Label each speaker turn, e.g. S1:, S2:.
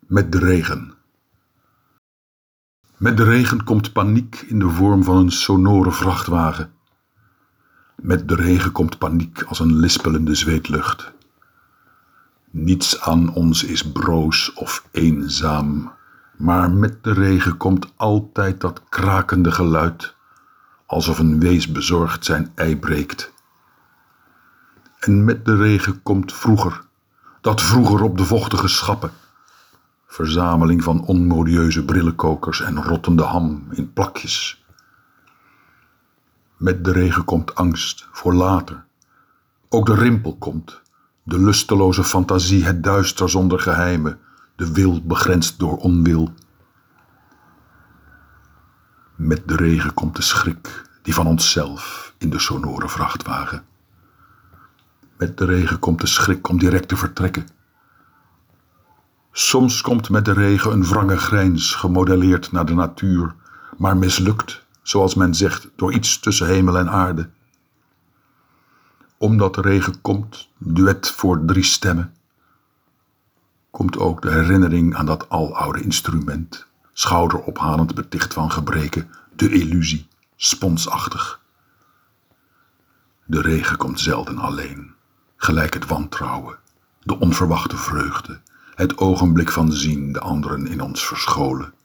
S1: Met de regen. Met de regen komt paniek in de vorm van een sonore vrachtwagen. Met de regen komt paniek als een lispelende zweetlucht. Niets aan ons is broos of eenzaam, maar met de regen komt altijd dat krakende geluid, alsof een wees bezorgd zijn ei breekt. En met de regen komt vroeger, dat vroeger op de vochtige schappen, verzameling van onmodieuze brillenkokers en rottende ham in plakjes. Met de regen komt angst voor later. Ook de rimpel komt, de lusteloze fantasie, het duister zonder geheimen, de wil begrensd door onwil. Met de regen komt de schrik, die van onszelf in de sonore vrachtwagen. Met de regen komt de schrik om direct te vertrekken. Soms komt met de regen een wrange grijns, gemodelleerd naar de natuur, maar mislukt, zoals men zegt, door iets tussen hemel en aarde. Omdat de regen komt, duet voor 3 stemmen, komt ook de herinnering aan dat aloude instrument, schouderophalend beticht van gebreken, de illusie, sponsachtig. De regen komt zelden alleen, gelijk het wantrouwen, de onverwachte vreugde, het ogenblik van zien de anderen in ons verscholen.